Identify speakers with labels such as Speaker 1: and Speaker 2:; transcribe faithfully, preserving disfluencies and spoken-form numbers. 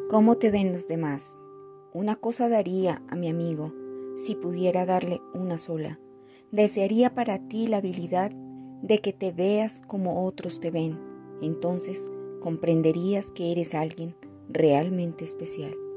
Speaker 1: ¿Cómo te ven los demás? Una cosa daría a mi amigo si pudiera darle una sola. Desearía para ti la habilidad de que te veas como otros te ven. Entonces comprenderías que eres alguien realmente especial.